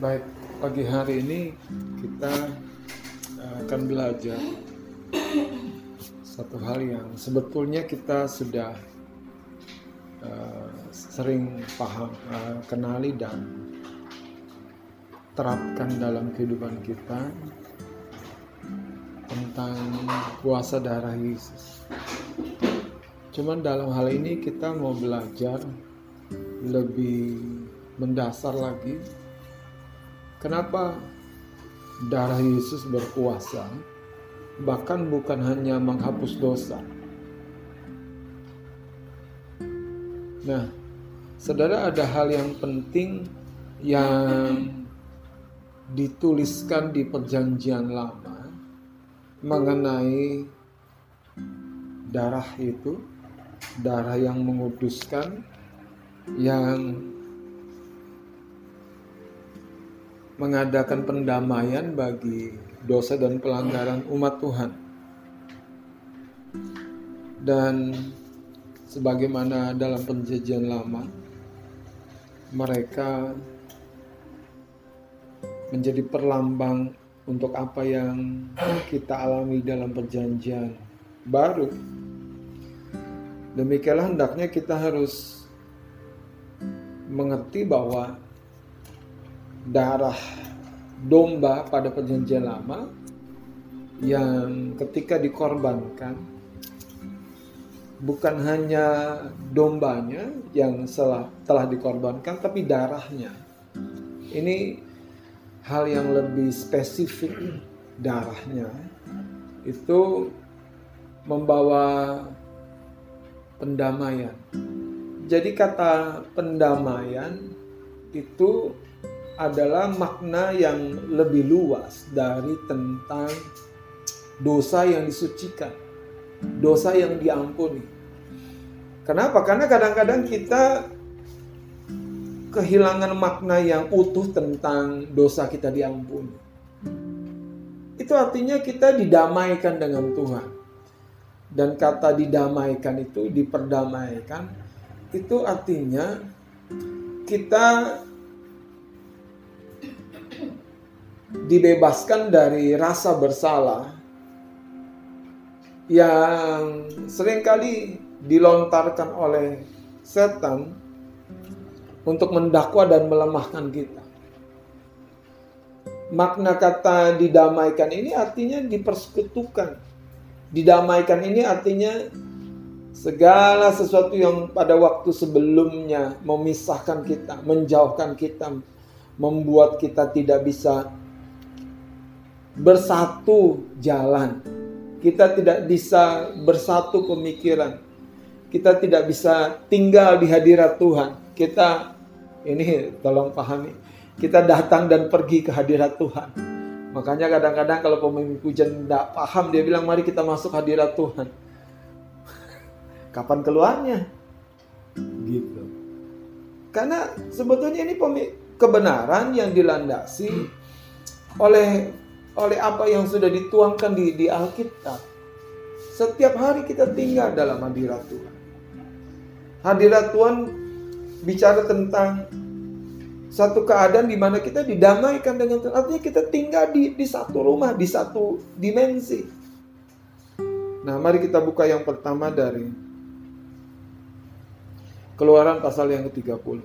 Baik, pagi hari ini kita akan belajar satu hal yang sebetulnya kita sudah sering paham, kenali dan terapkan dalam kehidupan kita tentang kuasa darah Yesus. Cuman dalam hal ini kita mau belajar lebih mendasar lagi. Kenapa darah Yesus berkuasa, bahkan bukan hanya menghapus dosa. Nah, saudara, ada hal yang penting yang dituliskan di Perjanjian Lama mengenai darah itu, darah yang menguduskan, yang mengadakan pendamaian bagi dosa dan pelanggaran umat Tuhan. Dan sebagaimana dalam Perjanjian Lama, mereka menjadi perlambang untuk apa yang kita alami dalam Perjanjian Baru. Demikianlah hendaknya kita harus mengerti bahwa darah domba pada Perjanjian Lama yang ketika dikorbankan, bukan hanya dombanya yang telah dikorbankan, tapi darahnya. Ini hal yang lebih spesifik. Darahnya itu membawa pendamaian. Jadi kata pendamaian itu adalah makna yang lebih luas dari tentang dosa yang disucikan, dosa yang diampuni. Kenapa? Karena kadang-kadang kita kehilangan makna yang utuh tentang dosa kita diampuni. Itu artinya kita didamaikan dengan Tuhan. Dan kata didamaikan itu, diperdamaikan, itu artinya kita dibebaskan dari rasa bersalah yang seringkali dilontarkan oleh setan untuk mendakwa dan melemahkan kita. Makna kata didamaikan ini artinya dipersekutukan. Didamaikan ini artinya segala sesuatu yang pada waktu sebelumnya memisahkan kita, menjauhkan kita, membuat kita tidak bisa bersatu jalan. Kita tidak bisa bersatu pemikiran. Kita tidak bisa tinggal di hadirat Tuhan. Kita, ini tolong pahami, kita datang dan pergi ke hadirat Tuhan. Makanya kadang-kadang kalau pemimpin pujian tidak paham, dia bilang mari kita masuk hadirat Tuhan. Kapan keluarnya? Gitu. Karena sebetulnya ini kebenaran yang dilandasi oleh apa yang sudah dituangkan di Alkitab. Setiap hari kita tinggal dalam hadirat Tuhan. Hadirat Tuhan bicara tentang satu keadaan di mana kita didamaikan dengan Tuhan. Artinya kita tinggal di satu rumah, di satu dimensi. Nah, mari kita buka yang pertama dari Keluaran pasal yang ke-30.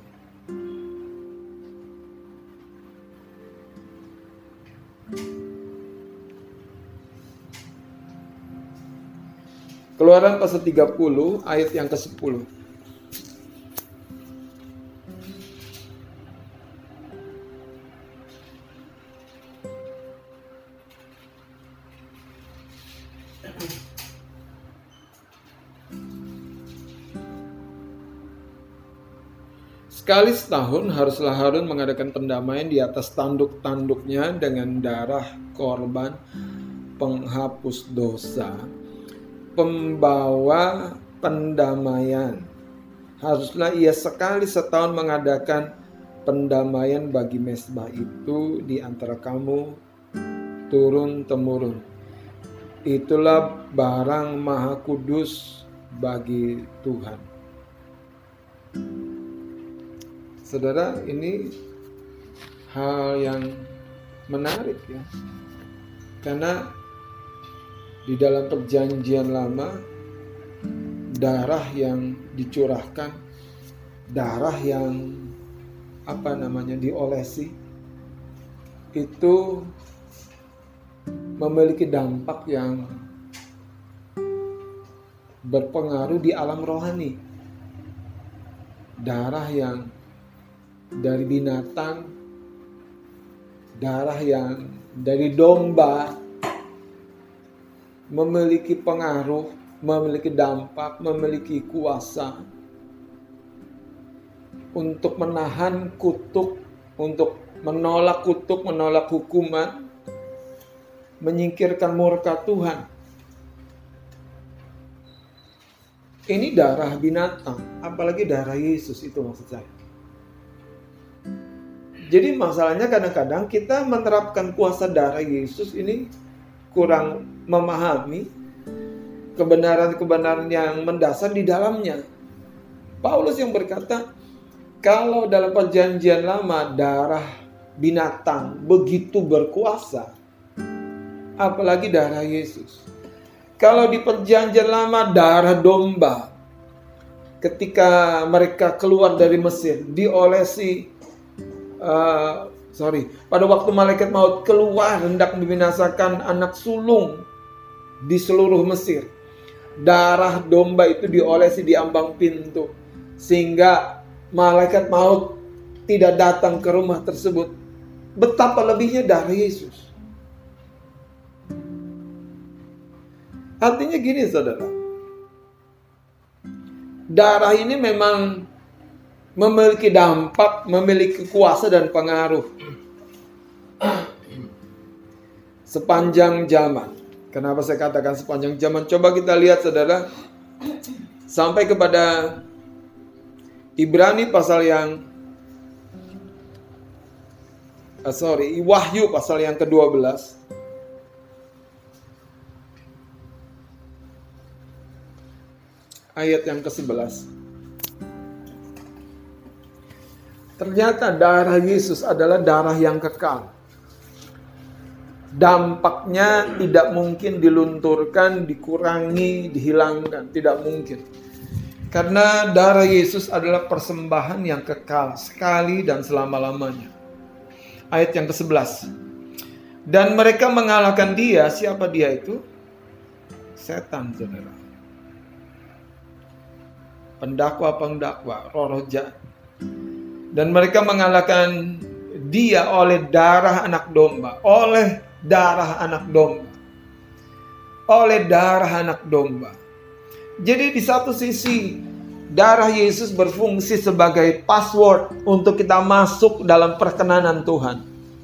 Keluaran pasal 30 ayat yang ke-10. Sekali setahun haruslah Harun mengadakan pendamaian di atas tanduk-tanduknya dengan darah korban penghapus dosa, pembawa pendamaian. Haruslah ia sekali setahun mengadakan pendamaian bagi mezbah itu di antara kamu turun-temurun. Itulah barang maha kudus bagi Tuhan. Saudara, ini hal yang menarik ya. Karena di dalam perjanjian lama, darah yang dicurahkan, darah yang diolesi, itu memiliki dampak yang berpengaruh di alam rohani. Darah yang dari binatang, darah yang dari domba memiliki pengaruh, memiliki dampak, memiliki kuasa untuk menahan kutuk, untuk menolak kutuk, menolak hukuman, menyingkirkan murka Tuhan. Ini darah binatang, apalagi darah Yesus, itu maksud saya. Jadi masalahnya kadang-kadang kita menerapkan kuasa darah Yesus ini kurang memahami kebenaran-kebenaran yang mendasar di dalamnya. Paulus yang berkata, kalau dalam perjanjian lama darah binatang begitu berkuasa, apalagi darah Yesus. Kalau di perjanjian lama darah domba, ketika mereka keluar dari Mesir, diolesi, pada waktu malaikat maut keluar hendak membinasakan anak sulung di seluruh Mesir, darah domba itu diolesi di ambang pintu, sehingga malaikat maut tidak datang ke rumah tersebut. Betapa lebihnya darah Yesus. Artinya gini saudara, darah ini memang memiliki dampak, memiliki kuasa dan pengaruh sepanjang zaman. Kenapa saya katakan sepanjang zaman? Coba kita lihat saudara, sampai kepada Ibrani pasal yang Wahyu pasal yang ke-12. Ayat yang ke-11. Ternyata darah Yesus adalah darah yang kekal. Dampaknya tidak mungkin dilunturkan, dikurangi, dihilangkan. Tidak mungkin. Karena darah Yesus adalah persembahan yang kekal, sekali dan selama-lamanya. Ayat yang ke-11. Dan mereka mengalahkan dia. Siapa dia itu? Setan, saudara. Pendakwa-pendakwa, roh jahat. Dan mereka mengalahkan dia oleh darah anak domba. Oleh darah anak domba. Oleh darah anak domba. Jadi di satu sisi darah Yesus berfungsi sebagai password untuk kita masuk dalam perkenanan Tuhan.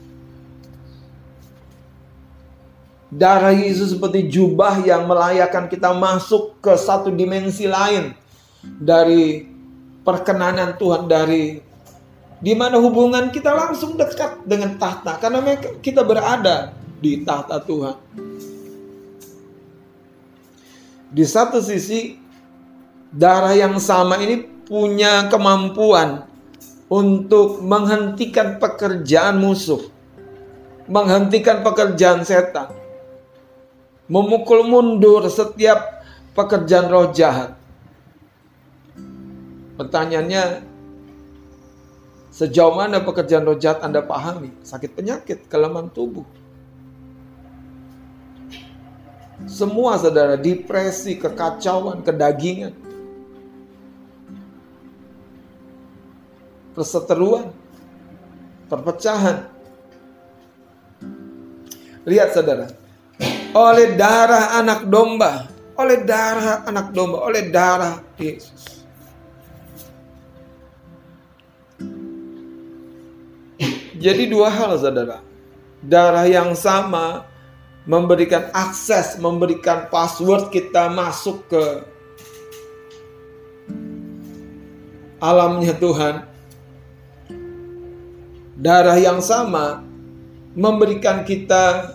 Darah Yesus seperti jubah yang melayakkan kita masuk ke satu dimensi lain dari perkenanan Tuhan, dari di mana hubungan kita langsung dekat dengan tahta, karena kita berada di tahta Tuhan. Di satu sisi, darah yang sama ini punya kemampuan untuk menghentikan pekerjaan musuh, menghentikan pekerjaan setan, memukul mundur setiap pekerjaan roh jahat. Pertanyaannya, sejauh mana pekerjaan roh jahat Anda pahami? Sakit penyakit, kelemahan tubuh. Semua saudara, depresi, kekacauan, kedagingan, perseteruan, perpecahan. Lihat saudara, oleh darah anak domba, oleh darah anak domba, oleh darah Yesus. Jadi dua hal saudara. Darah yang sama memberikan akses, memberikan password kita masuk ke alamnya Tuhan. Darah yang sama memberikan kita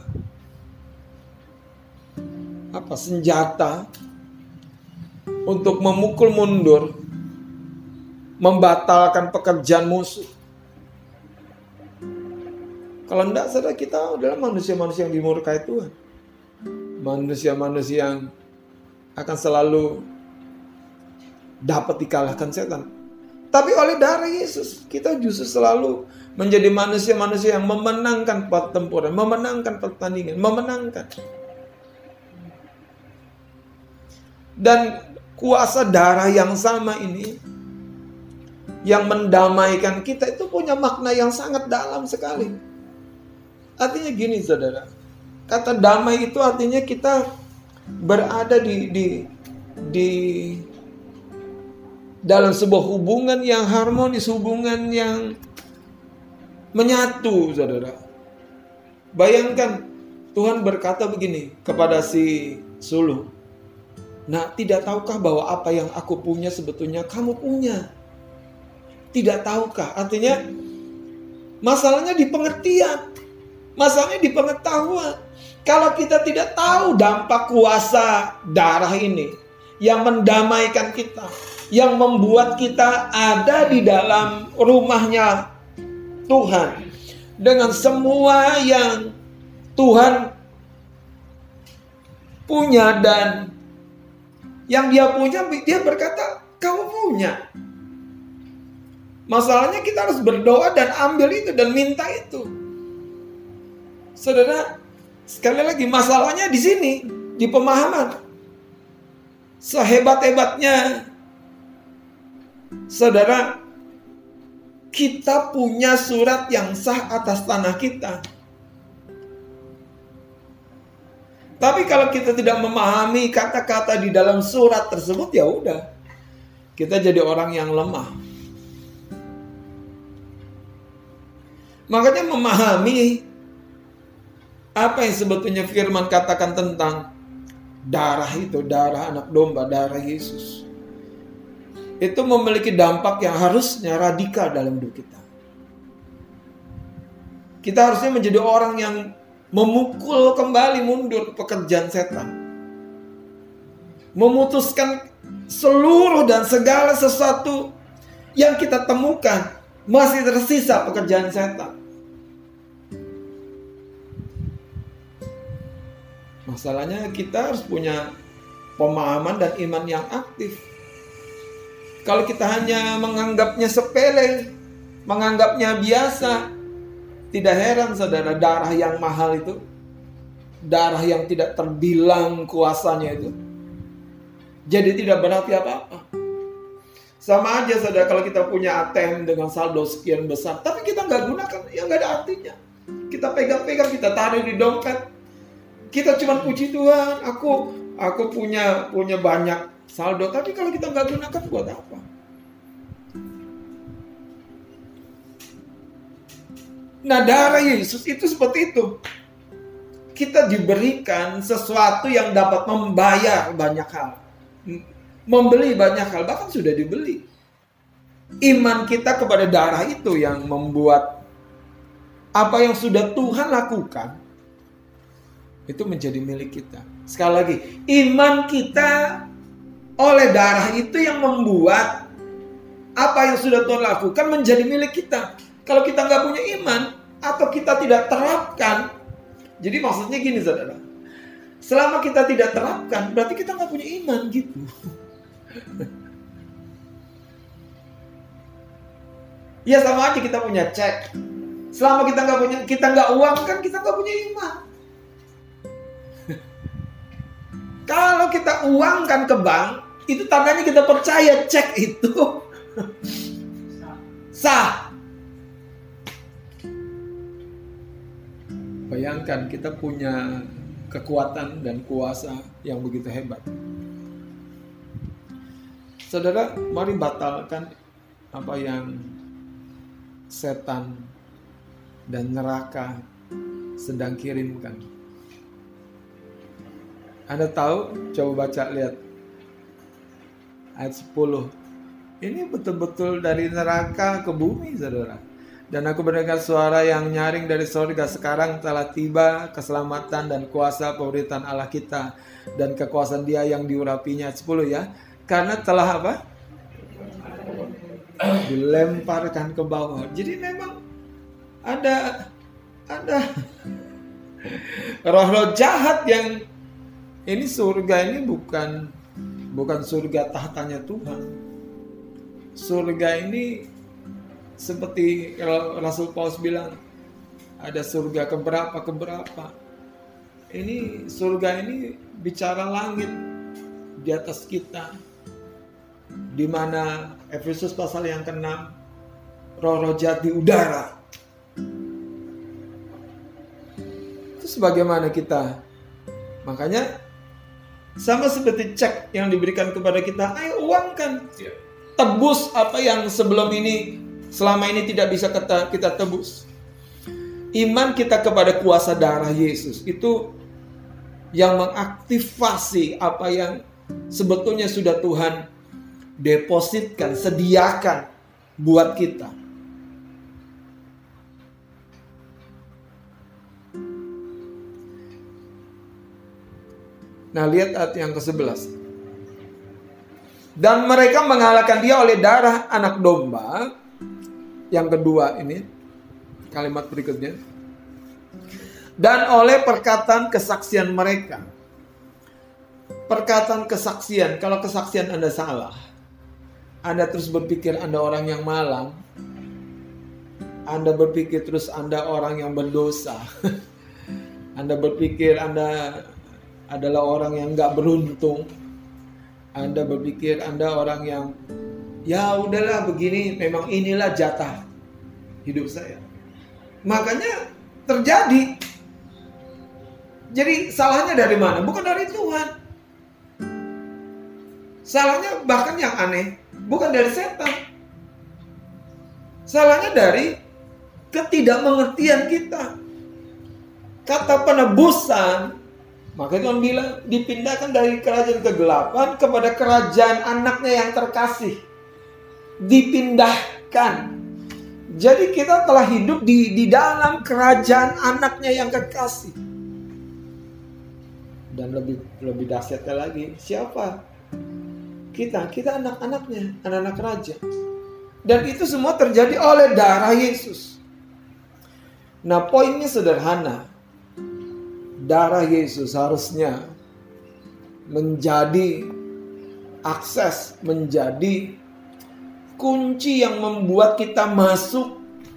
senjata untuk memukul mundur, membatalkan pekerjaan musuh. Kalau enggak, saudara, kita adalah manusia-manusia yang dimurkai Tuhan. Manusia-manusia yang akan selalu dapat dikalahkan setan. Tapi oleh darah Yesus, kita justru selalu menjadi manusia-manusia yang memenangkan pertempuran, memenangkan pertandingan, memenangkan. Dan kuasa darah yang sama ini, yang mendamaikan kita, itu punya makna yang sangat dalam sekali. Artinya gini, saudara. Kata damai itu artinya kita berada di dalam sebuah hubungan yang harmonis, hubungan yang menyatu, saudara. Bayangkan Tuhan berkata begini kepada si sulung. Nah, tidak tahukah bahwa apa yang aku punya sebetulnya kamu punya? Tidak tahukah? Artinya masalahnya di pengertian. Masalahnya di pengetahuan. Kalau kita tidak tahu dampak kuasa darah ini yang mendamaikan kita, yang membuat kita ada di dalam rumahnya Tuhan dengan semua yang Tuhan punya, dan yang dia punya, dia berkata kamu punya. Masalahnya kita harus berdoa dan ambil itu dan minta itu. Saudara, sekali lagi masalahnya di sini, di pemahaman. Sehebat-hebatnya saudara, kita punya surat yang sah atas tanah kita. Tapi kalau kita tidak memahami kata-kata di dalam surat tersebut, ya udah, kita jadi orang yang lemah. Makanya memahami apa yang sebetulnya firman katakan tentang darah itu, darah anak domba, darah Yesus, itu memiliki dampak yang harusnya radikal dalam hidup kita. Kita harusnya menjadi orang yang memukul kembali mundur pekerjaan setan, memutuskan seluruh dan segala sesuatu yang kita temukan masih tersisa pekerjaan setan. Masalahnya kita harus punya pemahaman dan iman yang aktif. Kalau kita hanya menganggapnya sepele, menganggapnya biasa, tidak heran saudara, darah yang mahal itu, darah yang tidak terbilang kuasanya itu, jadi tidak berarti apa-apa. Sama aja saudara, kalau kita punya ATM dengan saldo sekian besar, tapi kita nggak gunakan, ya nggak ada artinya. Kita pegang-pegang, kita taruh di dompet, kita cuma puji Tuhan, aku punya banyak saldo, tapi kalau kita nggak gunakan buat apa? Nah, darah Yesus itu seperti itu. Kita diberikan sesuatu yang dapat membayar banyak hal, membeli banyak hal, bahkan sudah dibeli. Iman kita kepada darah itu yang membuat apa yang sudah Tuhan lakukan itu menjadi milik kita. Sekali lagi, iman kita oleh darah itu yang membuat apa yang sudah Tuhan lakukan menjadi milik kita. Kalau kita nggak punya iman atau kita tidak terapkan, jadi maksudnya gini saudara, selama kita tidak terapkan berarti kita nggak punya iman gitu. Ya sama aja kita punya cek, selama kita nggak uang kan kita nggak punya iman. Kalau kita uangkan ke bank, itu tandanya kita percaya cek itu sah. Bayangkan kita punya kekuatan dan kuasa yang begitu hebat. Saudara, mari batalkan apa yang setan dan neraka sedang kirimkan. Anda tahu? Coba baca, lihat ayat 10. Ini betul-betul dari neraka ke bumi, saudara. Dan aku mendengar suara yang nyaring dari sorga, sekarang telah tiba keselamatan dan kuasa pemerintahan Allah kita dan kekuasaan Dia yang diurapinya. 10 ya. Karena telah apa? Dilemparkan ke bawah. Jadi memang ada Ada roh-roh jahat yang ini surga ini bukan surga tahtanya Tuhan. Surga ini seperti Rasul Paulus bilang, ada surga keberapa. Ini surga ini bicara langit di atas kita, di mana Efesus pasal yang ke-6, roh-roh jahat di udara. Terus bagaimana kita? Makanya sama seperti cek yang diberikan kepada kita, ayo uangkan, tebus apa yang selama ini tidak bisa kita tebus. Iman kita kepada kuasa darah Yesus itu yang mengaktifasi apa yang sebetulnya sudah Tuhan depositkan, sediakan buat kita. Nah, lihat ayat yang ke-11. Dan mereka mengalahkan dia oleh darah anak domba. Yang kedua ini, kalimat berikutnya. Dan oleh perkataan kesaksian mereka. Perkataan kesaksian, kalau kesaksian Anda salah, Anda terus berpikir Anda orang yang malang, Anda berpikir terus Anda orang yang berdosa, Anda berpikir Anda adalah orang yang gak beruntung, Anda berpikir Anda orang yang ya udahlah begini, memang inilah jatah hidup saya. Makanya terjadi. Jadi salahnya dari mana? Bukan dari Tuhan. Salahnya bahkan yang aneh, bukan dari setan. Salahnya dari ketidakmengertian kita. Kata penebusan, maka Tuhan bilang dipindahkan dari kerajaan kegelapan kepada kerajaan anaknya yang terkasih. Dipindahkan. Jadi kita telah hidup di dalam kerajaan anaknya yang kekasih. Dan lebih dahsyatnya lagi, siapa? Kita anak-anaknya, anak-anak raja. Dan itu semua terjadi oleh darah Yesus. Nah, poinnya sederhana. Darah Yesus harusnya menjadi akses, menjadi kunci yang membuat kita masuk,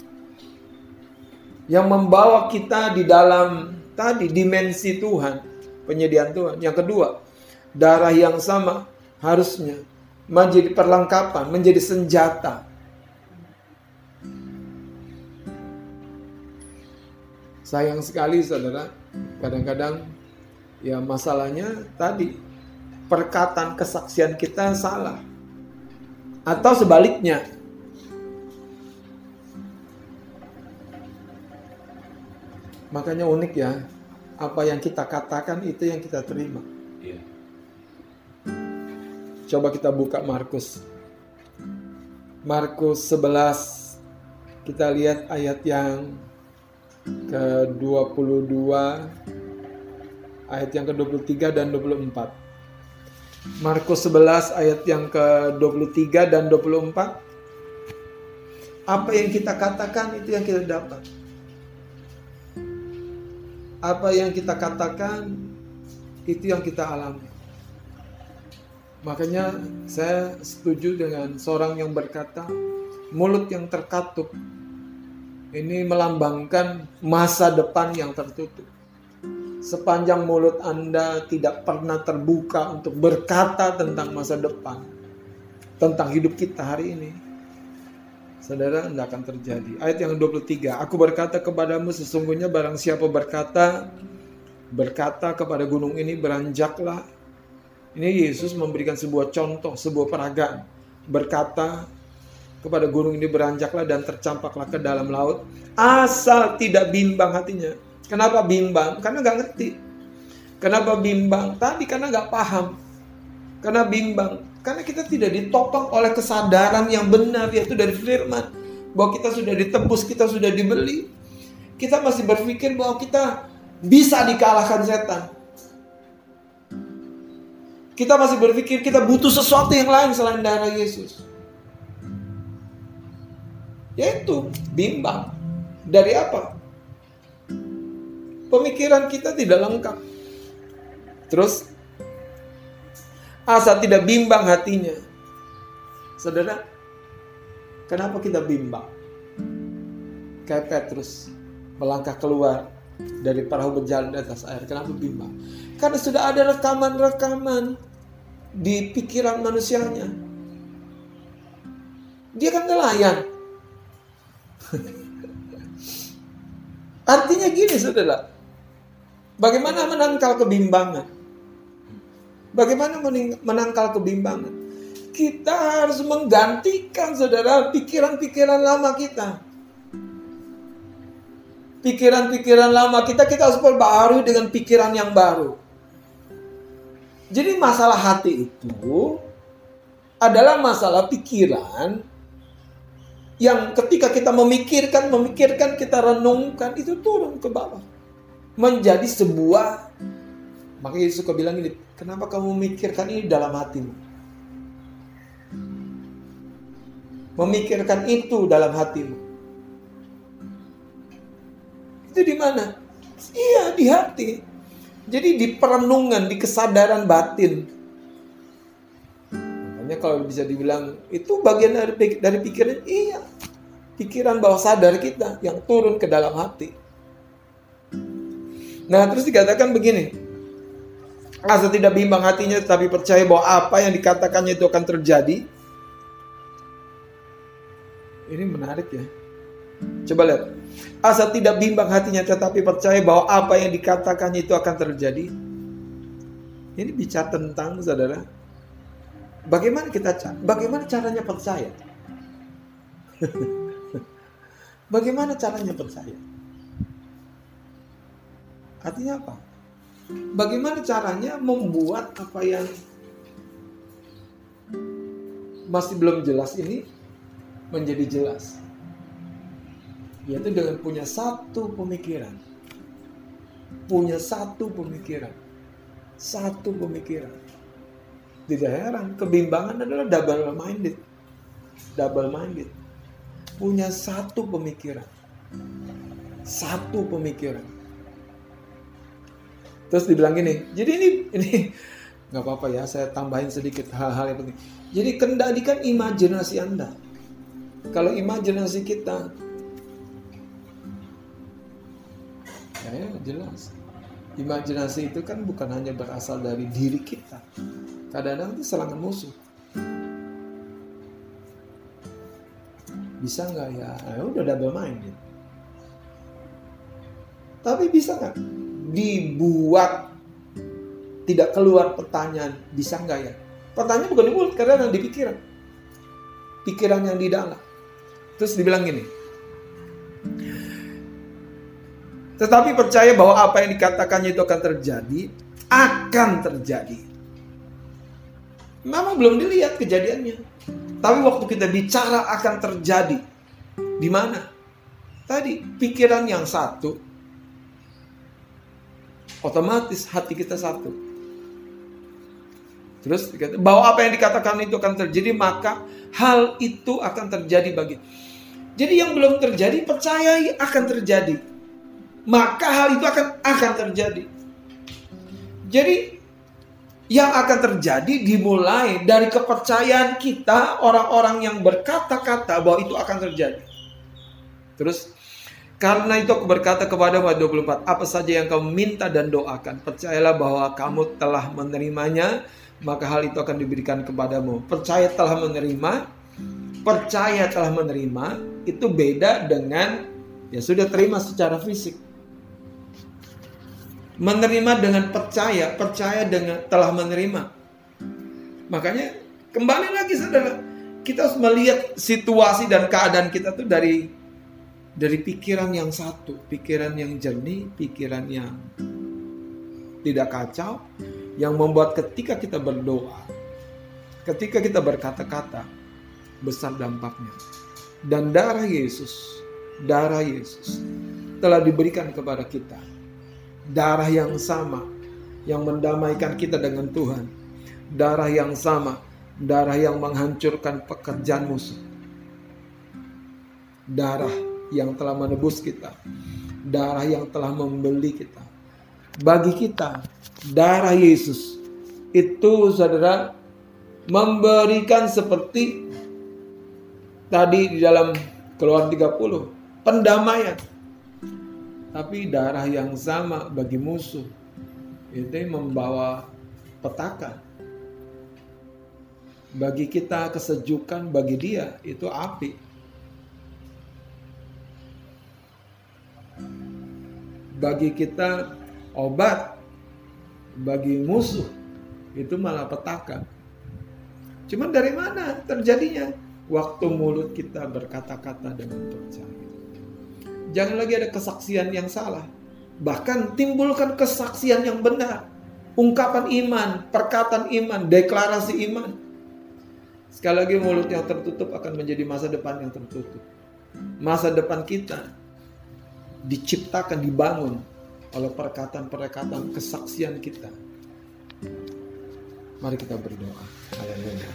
yang membawa kita di dalam dimensi Tuhan, penyediaan Tuhan. Yang kedua, darah yang sama harusnya menjadi perlengkapan, menjadi senjata. Sayang sekali saudara, kadang-kadang ya masalahnya tadi perkataan kesaksian kita salah. Atau sebaliknya. Makanya unik ya, apa yang kita katakan itu yang kita terima. Yeah. Coba kita buka Markus 11. Kita lihat ayat yang ke-22, ayat yang ke-23 dan 24. Markus 11 ayat yang ke-23 dan 24. Apa yang kita katakan itu yang kita dapat. Apa yang kita katakan itu yang kita alami. Makanya saya setuju dengan seorang yang berkata, mulut yang terkatup ini melambangkan masa depan yang tertutup. Sepanjang mulut Anda tidak pernah terbuka untuk berkata tentang masa depan, tentang hidup kita hari ini, saudara, tidak akan terjadi. Ayat yang 23, aku berkata kepadamu, sesungguhnya barang siapa berkata kepada gunung ini, beranjaklah. Ini Yesus memberikan sebuah contoh, sebuah peragaan. Berkata kepada gunung ini, beranjaklah dan tercampaklah ke dalam laut, asal tidak bimbang hatinya. Kenapa bimbang? Karena gak ngerti. Kenapa bimbang? Tadi karena gak paham. Karena bimbang. Karena kita tidak ditopang oleh kesadaran yang benar, yaitu dari firman. Bahwa kita sudah ditebus, kita sudah dibeli. Kita masih berpikir bahwa kita bisa dikalahkan setan. Kita masih berpikir kita butuh sesuatu yang lain selain darah Yesus. Yaitu bimbang. Dari apa? Pemikiran kita tidak lengkap. Terus, asa tidak bimbang hatinya. Saudara, kenapa kita bimbang? Kayak Petrus melangkah keluar dari perahu berjalan di atas air. Kenapa bimbang? Karena sudah ada rekaman-rekaman di pikiran manusianya. Dia kan nelayan. Artinya gini, saudara. Bagaimana menangkal kebimbangan? Bagaimana menangkal kebimbangan? Kita harus menggantikan, saudara, pikiran-pikiran lama kita. Pikiran-pikiran lama kita harus perbarui dengan pikiran yang baru. Jadi masalah hati itu adalah masalah pikiran yang ketika kita memikirkan, kita renungkan, itu turun ke bawah. Menjadi sebuah, makanya Yesus suka bilang ini, kenapa kamu memikirkan ini dalam hatimu? Memikirkan itu dalam hatimu. Itu di mana? Iya, di hati. Jadi di perenungan, di kesadaran batin. Makanya kalau bisa dibilang itu bagian dari pikiran. Iya, pikiran bawah sadar kita yang turun ke dalam hati. Nah, terus dikatakan begini. Asa tidak bimbang hatinya, tetapi percaya bahwa apa yang dikatakannya itu akan terjadi. Ini menarik ya. Coba lihat. Asa tidak bimbang hatinya, tetapi percaya bahwa apa yang dikatakannya itu akan terjadi. Ini bicara tentang, saudara, bagaimana caranya percaya? Bagaimana caranya percaya? Artinya apa? Bagaimana caranya membuat apa yang masih belum jelas ini menjadi jelas? Yaitu dengan punya satu pemikiran. Satu pemikiran. Tidak heran, kebimbangan adalah double minded. Punya satu pemikiran. Terus dibilang gini, jadi ini nggak apa-apa ya, saya tambahin sedikit hal-hal yang penting. Jadi kendalikan imajinasi Anda. Kalau imajinasi kita, ya jelas. Imajinasi itu kan bukan hanya berasal dari diri kita. Kadang-kadang itu serangan musuh. Bisa nggak ya? Udah double minded. Tapi bisa nggak dibuat tidak keluar pertanyaan? Bisa nggak ya? Pertanyaan bukan di mulut, karena yang di pikiran. Pikiran yang di dalam. Terus dibilang gini. Tetapi percaya bahwa apa yang dikatakannya itu akan terjadi. Memang belum dilihat kejadiannya. Tapi waktu kita bicara akan terjadi. Di mana? Tadi pikiran yang satu, otomatis hati kita satu. Terus bahwa apa yang dikatakan itu akan terjadi, maka hal itu akan terjadi bagi. Jadi yang belum terjadi, percayai akan terjadi. Maka hal itu akan terjadi. Jadi yang akan terjadi dimulai dari kepercayaan kita, orang-orang yang berkata-kata bahwa itu akan terjadi. Terus, karena itu aku berkata kepadamu, ayat 24, apa saja yang kamu minta dan doakan, percayalah bahwa kamu telah menerimanya, maka hal itu akan diberikan kepadamu. Percaya telah menerima itu beda dengan ya sudah terima secara fisik. Menerima dengan percaya dengan telah menerima. Makanya kembali lagi, saudara, kita harus melihat situasi dan keadaan kita tuh dari pikiran yang satu, pikiran yang jernih, pikiran yang tidak kacau, yang membuat ketika kita berdoa, ketika kita berkata-kata, besar dampaknya. Dan darah Yesus telah diberikan kepada kita. Darah yang sama yang mendamaikan kita dengan Tuhan. Darah yang sama, darah yang menghancurkan pekerjaan musuh. Darah yang telah menebus kita. darah yang telah membeli kita. Bagi kita, darah Yesus itu, saudara, memberikan seperti tadi di dalam Keluaran 30, pendamaian. Tapi darah yang sama bagi musuh itu membawa petaka. Bagi kita kesejukan, bagi dia itu api. Bagi kita obat, bagi musuh itu malah petaka. Cuman dari mana terjadinya? Waktu mulut kita berkata-kata dengan percaya. Jangan lagi ada kesaksian yang salah. Bahkan timbulkan kesaksian yang benar. Ungkapan iman, perkataan iman, deklarasi iman. Sekali lagi, mulut yang tertutup akan menjadi masa depan yang tertutup. Masa depan kita diciptakan, dibangun oleh perkataan-perkataan kesaksian kita. Mari kita berdoa. Haleluya.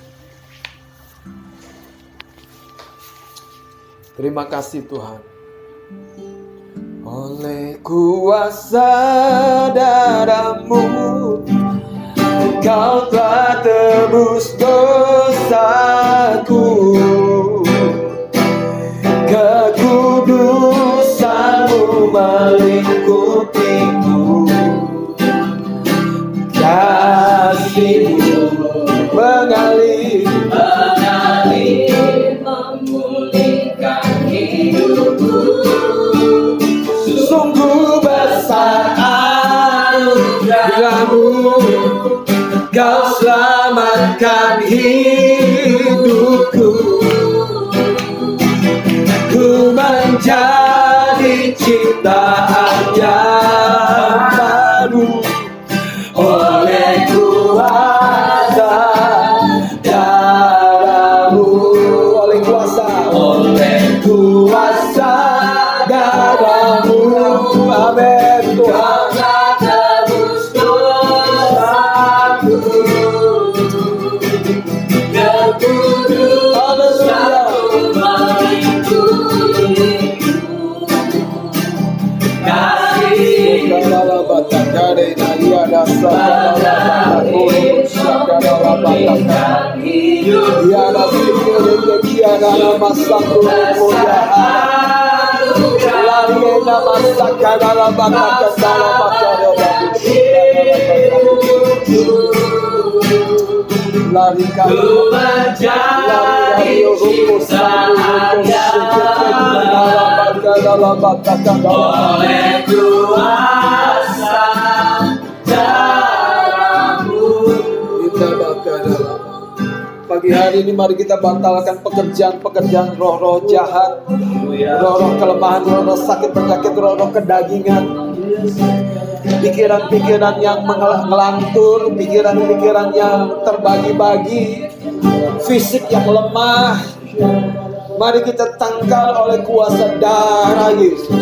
Terima kasih Tuhan. Oleh kuasa darah-Mu, Engkau telah tebus dosaku. Kekudusan-Mu melingkupiku. Kasih-Mu mengalir, memulihkan hidupku. Sungguh besar anugerah-Mu, Kau selamatkan hidupku. Ku menjadi ciptaan yang baru oleh kuasa darah-Mu, oleh kuasa darah-Mu. Amin Tuhan. oleh kuasa darah-Mu. Pagi hari ini mari kita batalkan pekerjaan-pekerjaan roh-roh jahat, roh-roh kelemahan, roh-roh sakit penyakit, roh-roh kedagingan, pikiran-pikiran yang ngelantur, pikiran-pikiran yang terbagi-bagi, fisik yang lemah. Mari kita tangkal oleh kuasa darah Yesus.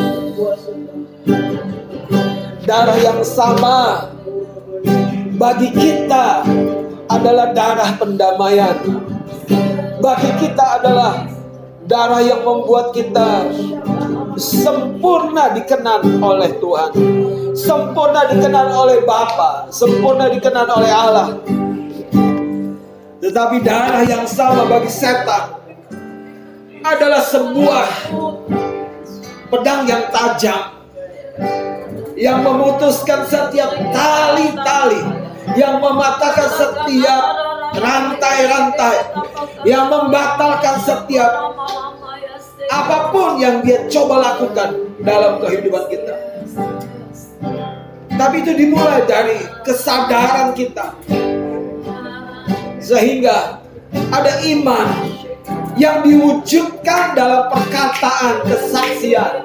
Darah yang sama bagi kita adalah darah pendamaian. Bagi kita adalah darah yang membuat kita sempurna dikenan oleh Tuhan, sempurna dikenan oleh Bapa, sempurna dikenan oleh Allah. Tetapi darah yang sama bagi setan adalah sebuah pedang yang tajam, yang memutuskan setiap tali-tali, yang mematahkan setiap rantai-rantai, yang membatalkan setiap apapun yang dia coba lakukan dalam kehidupan kita. Tapi itu dimulai dari kesadaran kita, sehingga ada iman yang diwujudkan dalam perkataan kesaksian.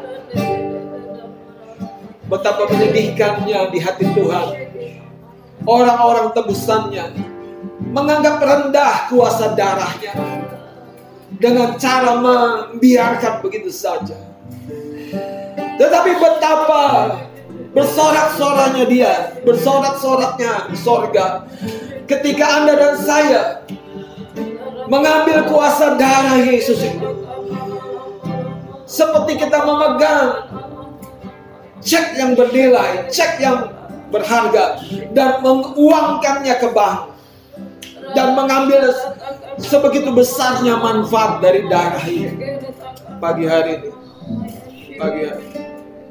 Betapa menyedihkannya di hati Tuhan, orang-orang tebusannya menganggap rendah kuasa darahnya dengan cara membiarkan begitu saja. Tetapi betapa bersorak-soraknya dia, bersorak-soraknya di sorga ketika Anda dan saya mengambil kuasa darah Yesus itu. Seperti kita memegang cek yang bernilai, cek yang berharga, dan menguangkannya ke bank, dan mengambil sebegitu besarnya manfaat dari darah ini. Pagi hari ini, pagi hari ini,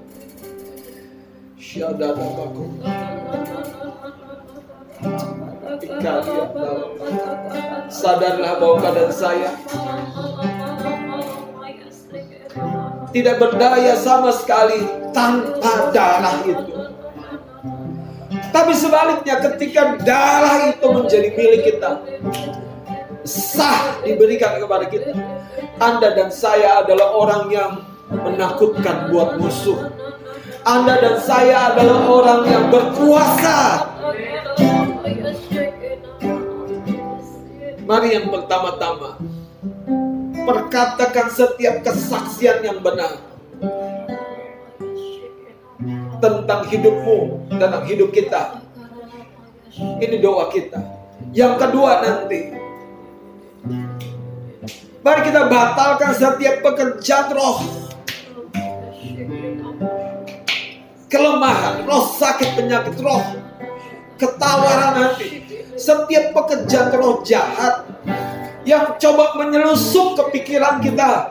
sadarlah bahwa keadaan saya tidak berdaya sama sekali tanpa darah itu. Tapi sebaliknya, ketika darah itu menjadi milik kita, sah diberikan kepada kita, Anda dan saya adalah orang yang menakutkan buat musuh. Anda dan saya adalah orang yang berkuasa. Mari yang pertama-tama, perkatakan setiap kesaksian yang benar tentang hidupmu, tentang hidup kita. Ini doa kita. Yang kedua nanti, mari kita batalkan setiap pekerjaan roh, kelemahan, roh sakit, penyakit roh, ketawaran hati, setiap pekerjaan roh jahat yang coba menyelusup ke pikiran kita.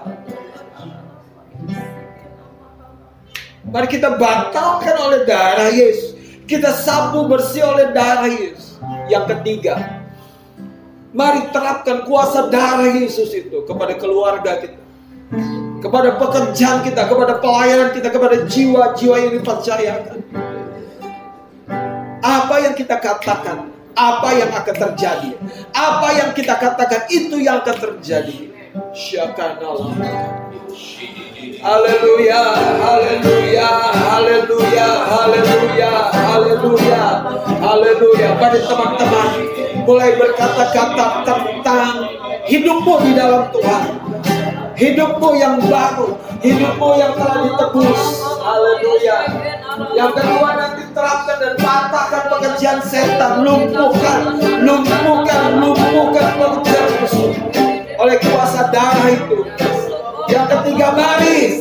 Mari kita batalkan oleh darah Yesus. Kita sapu bersih oleh darah Yesus. Yang ketiga, mari terapkan kuasa darah Yesus itu kepada keluarga kita, kepada pekerjaan kita, kepada pelayanan kita, kepada jiwa-jiwa yang dipercayakan. Apa yang kita katakan, apa yang akan terjadi. Apa yang kita katakan, itu yang akan terjadi. Haleluya, haleluya, haleluya, haleluya, haleluya, haleluya. Pada teman-teman mulai berkata-kata tentang hidupmu di dalam Tuhan, hidupmu yang baru, hidupmu yang telah ditebus. Haleluya. Yang kedua, nanti terapkan dan patahkan pekerjaan setan, lumpuhkan pekerjaan musuh oleh kuasa darah itu. Yang ketiga, mari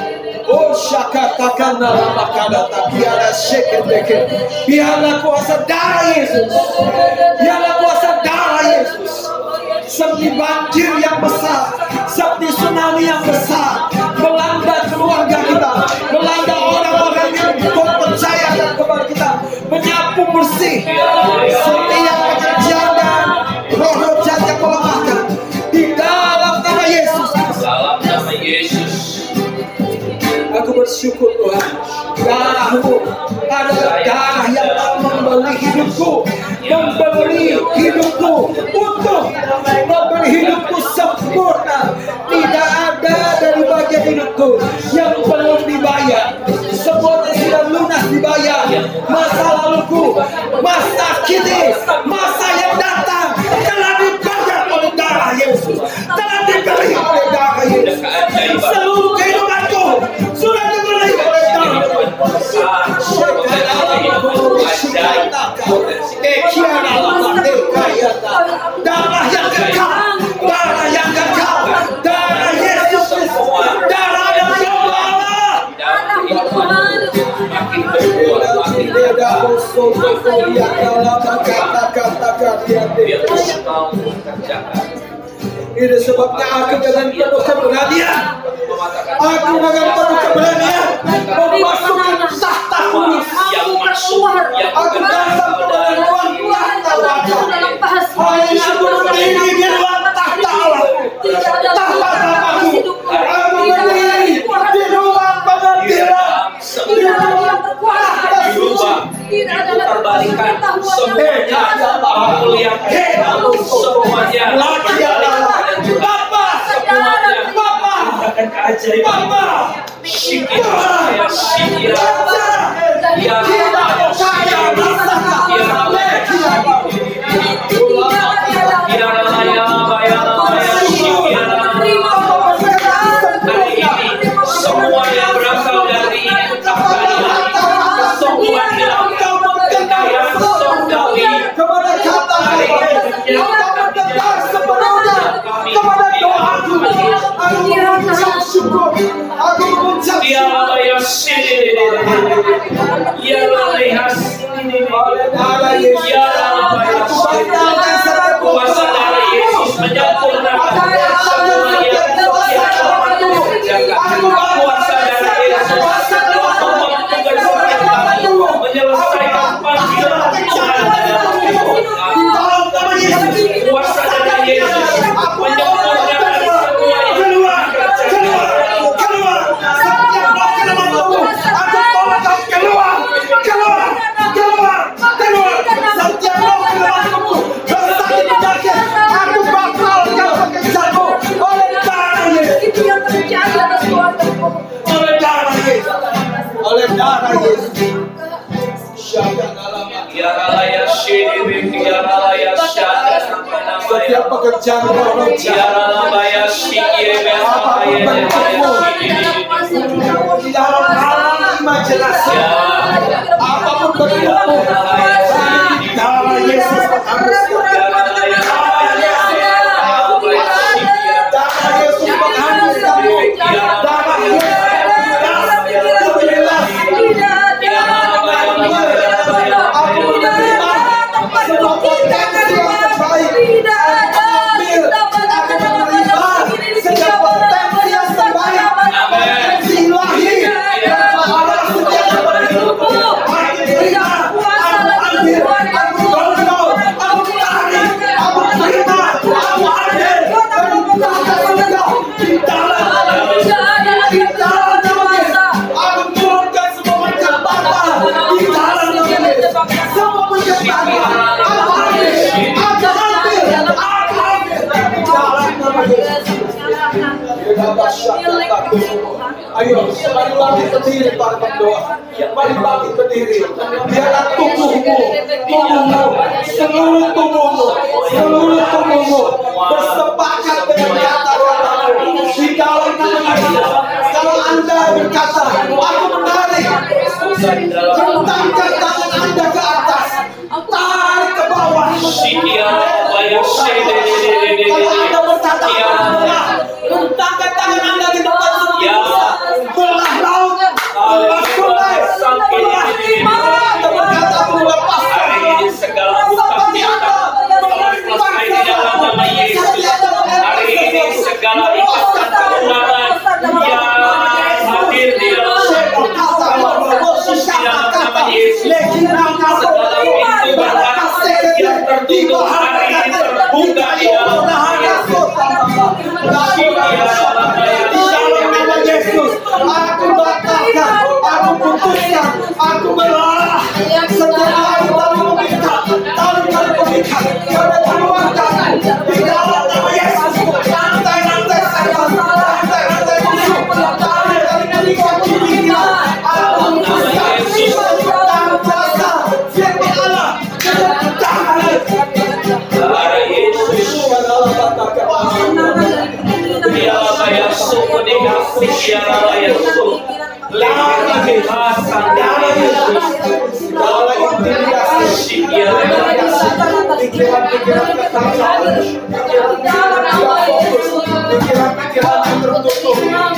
biarlah kuasa darah Yesus, biarlah kuasa darah Yesus seperti banjir yang besar, seperti tsunami yang besar melanda keluarga kita, melanda orang-orang yang percayakan kepada kita, menyapu bersih setiap pekerjaan dan roh-roh jahat yang melemahkan di dalam nama Yesus. Dalam nama Yesus. Aku bersyukur Tuhan, darah-Mu adalah darah yang telah membeli hidupku, memberi hidupku utuh, memberi hidupku sempurna. Tidak ada dari bagian hidupku yang belum dibayar. Semuanya sudah lunas dibayar. Masa laluku, masa kini, masa yang datang telah dibayar oleh darah Yesus, telah dibeli oleh darah Yesus. Seluruh kehidupanku sudah dibeli oleh darah. Darah yang kekal, darah yang kekal, darah Yesus Kristus, darah yang Allah. Itu sebabnya aku dengan penuh keberanian, memasuki tahta kudus. Aku datang kepada ruang tahta Allah. Hanya aku berdiri di ruang tahta Allah, tahta Bapakku. Aku berdiri di ruang pengadilan, di ruang tahta surga. Tidak ada terbalikan semuanya, mulia semuanya, Bapa, akan keajaiban, semua yang berasal dari semua yang surgawi kepada kata kepada doaku, aku mengucap syukur, aku mengucap syukur. setiap pekerjaan roh di dalam hal imajinasi, apapun bentukmu, di dalam Yesus ayo, mari bangkit berdiri para berdoa. Mari bangkit berdiri. Biarlah tubuhmu, seluruh tubuhmu bersepakat dengan kata-katamu di dalam nama Yesus. Kalau Anda berkata, aku menarik, rentangkan tangan Anda ke atas, tarik ke bawah. Kalau Anda berkata, rentangkan tangan Anda di depan semua, belah laut, belah sungai, belah timah. Berkata aku melepaskan segala bukti Anda melepaskan di dalam nama Yesus. Hari ini segala ikatan keuangan yang hadir di dalam nama Yesus. Segala pintu berkat yang tertutup hari ini terbuka di dalam nama Yesus. Yesus, aku batalkan, aku putuskan, aku melarang setiap hari tali mengikat, karena keluarkan di dalam nama Yesus. Rantai-rantai setan, rantai-rantai musuh, tali mengikat pikiran, aku putuskan, dan kuasa firman Allah kedatangan. Pikiran-pikiran yang tertutup,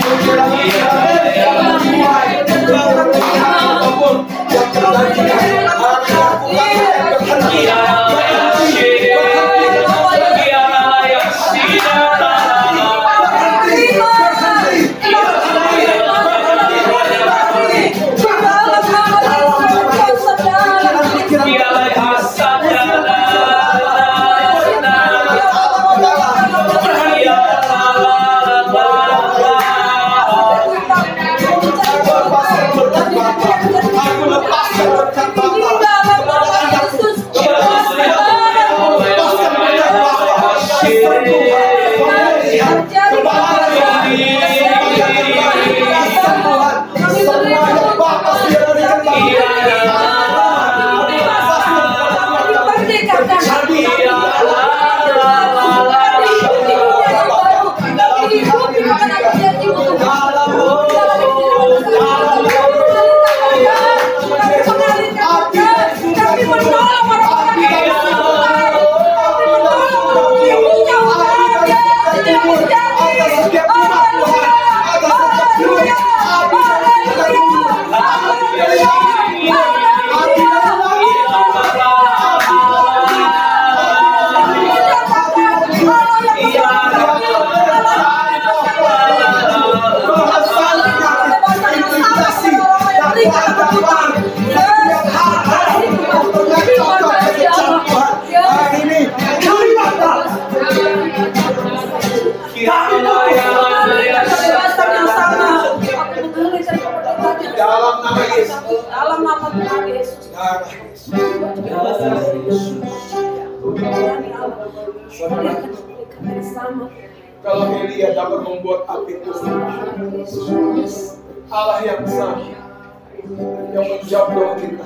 Kalau Elia dapat membuat api turun, Allah yang besar yang menjawab doa kita.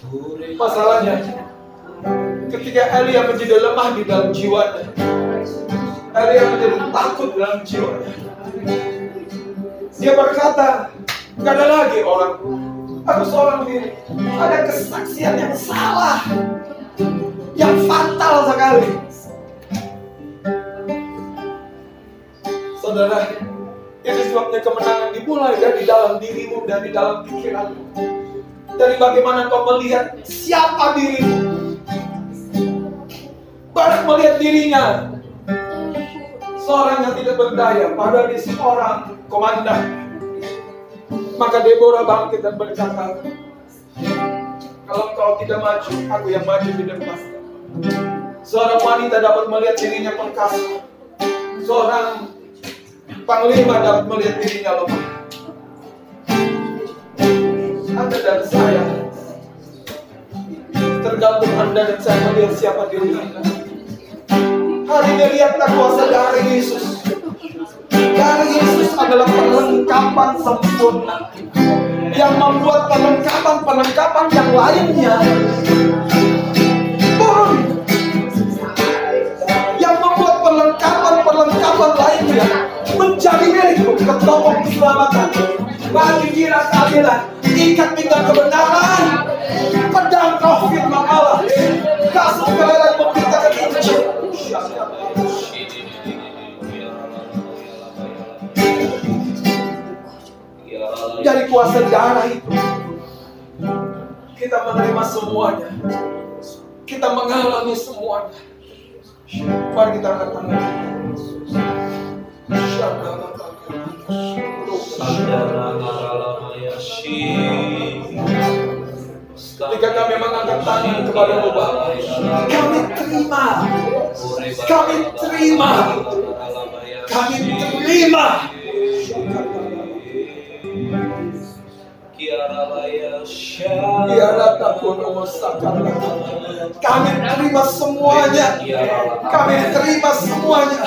Masalahnya, ketika Elia menjadi lemah di dalam jiwanya, Elia menjadi takut dalam jiwanya. Dia berkata, gak ada lagi orang. Aku seorang diri. Ada kesaksian yang salah, yang fatal sekali. Saudara, ini sebabnya kemenangan dimulai dari dalam dirimu, dari dalam pikiranmu. Dari bagaimana kau melihat siapa dirimu. Barak melihat dirinya seorang yang tidak berdaya, padahal dia seorang komandan. Maka Deborah bangkit dan berkata, kalau kau tidak maju, aku yang maju di depan. Seorang wanita dapat melihat dirinya perkasa. Seorang panglima dapat melihat dirinya lemah. Anda dan saya, tergantung Anda dan saya melihat siapa diri Anda. Hari ini lihatlah kuasa darah Yesus. Darah Yesus adalah perlengkapan sempurna yang membuat perlengkapan yang lainnya turun, yang membuat perlengkapan lainnya menjadi milikmu. Ketopong keselamatan, baju kira keadilan, ikat pinggang kebenaran, pedang roh firman Allah, kasut kebenaran memberitakan Injil. Dari kuasa darah itu kita menerima semuanya, kita mengalami semuanya. Mari kita angkat tangan. Jika kami mengangkat tangan kepada Bapa, kami terima, kami terima, kami terima. Kami terima semuanya. Kami terima semuanya.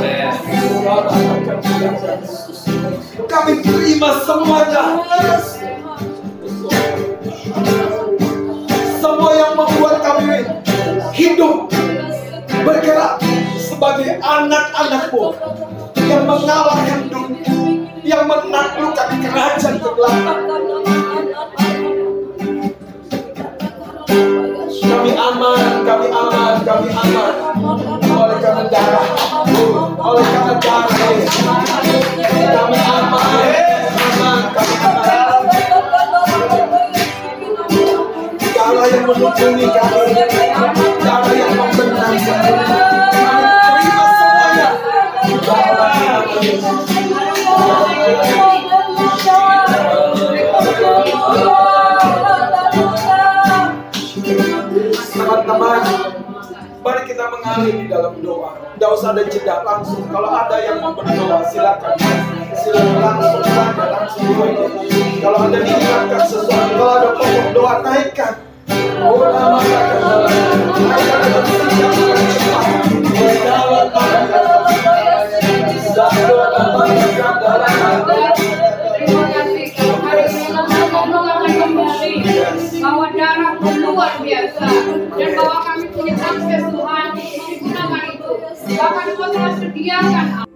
Kami terima semuanya. Semua yang membuat kami hidup, bergerak sebagai anak-anak-Mu yang mengalahkan dunia, yang menaklukkan kerajaan kegelapan. Kami aman, kami aman, kami aman. Oleh karena darah, oleh karena darah Yesus. Kami aman, aman, kami aman. Darah yang melindungi kami, darah yang membenarkan kami. Kami terima semuanya. Darah Yesus. Teman-teman, mari kita mengalir di dalam doa. Tidak usah ada jeda, langsung. Kalau ada yang mau berdoa, silakan. Silakan langsung saja, langsung doa. Kalau ada diingatkan sesuatu, kalau ada pokok doa, naikkan. Bahwa darah luar biasa dan bahwa kami punya akses Tuhan untuk menggunakan itu. Bahkan Tuhan telah sediakan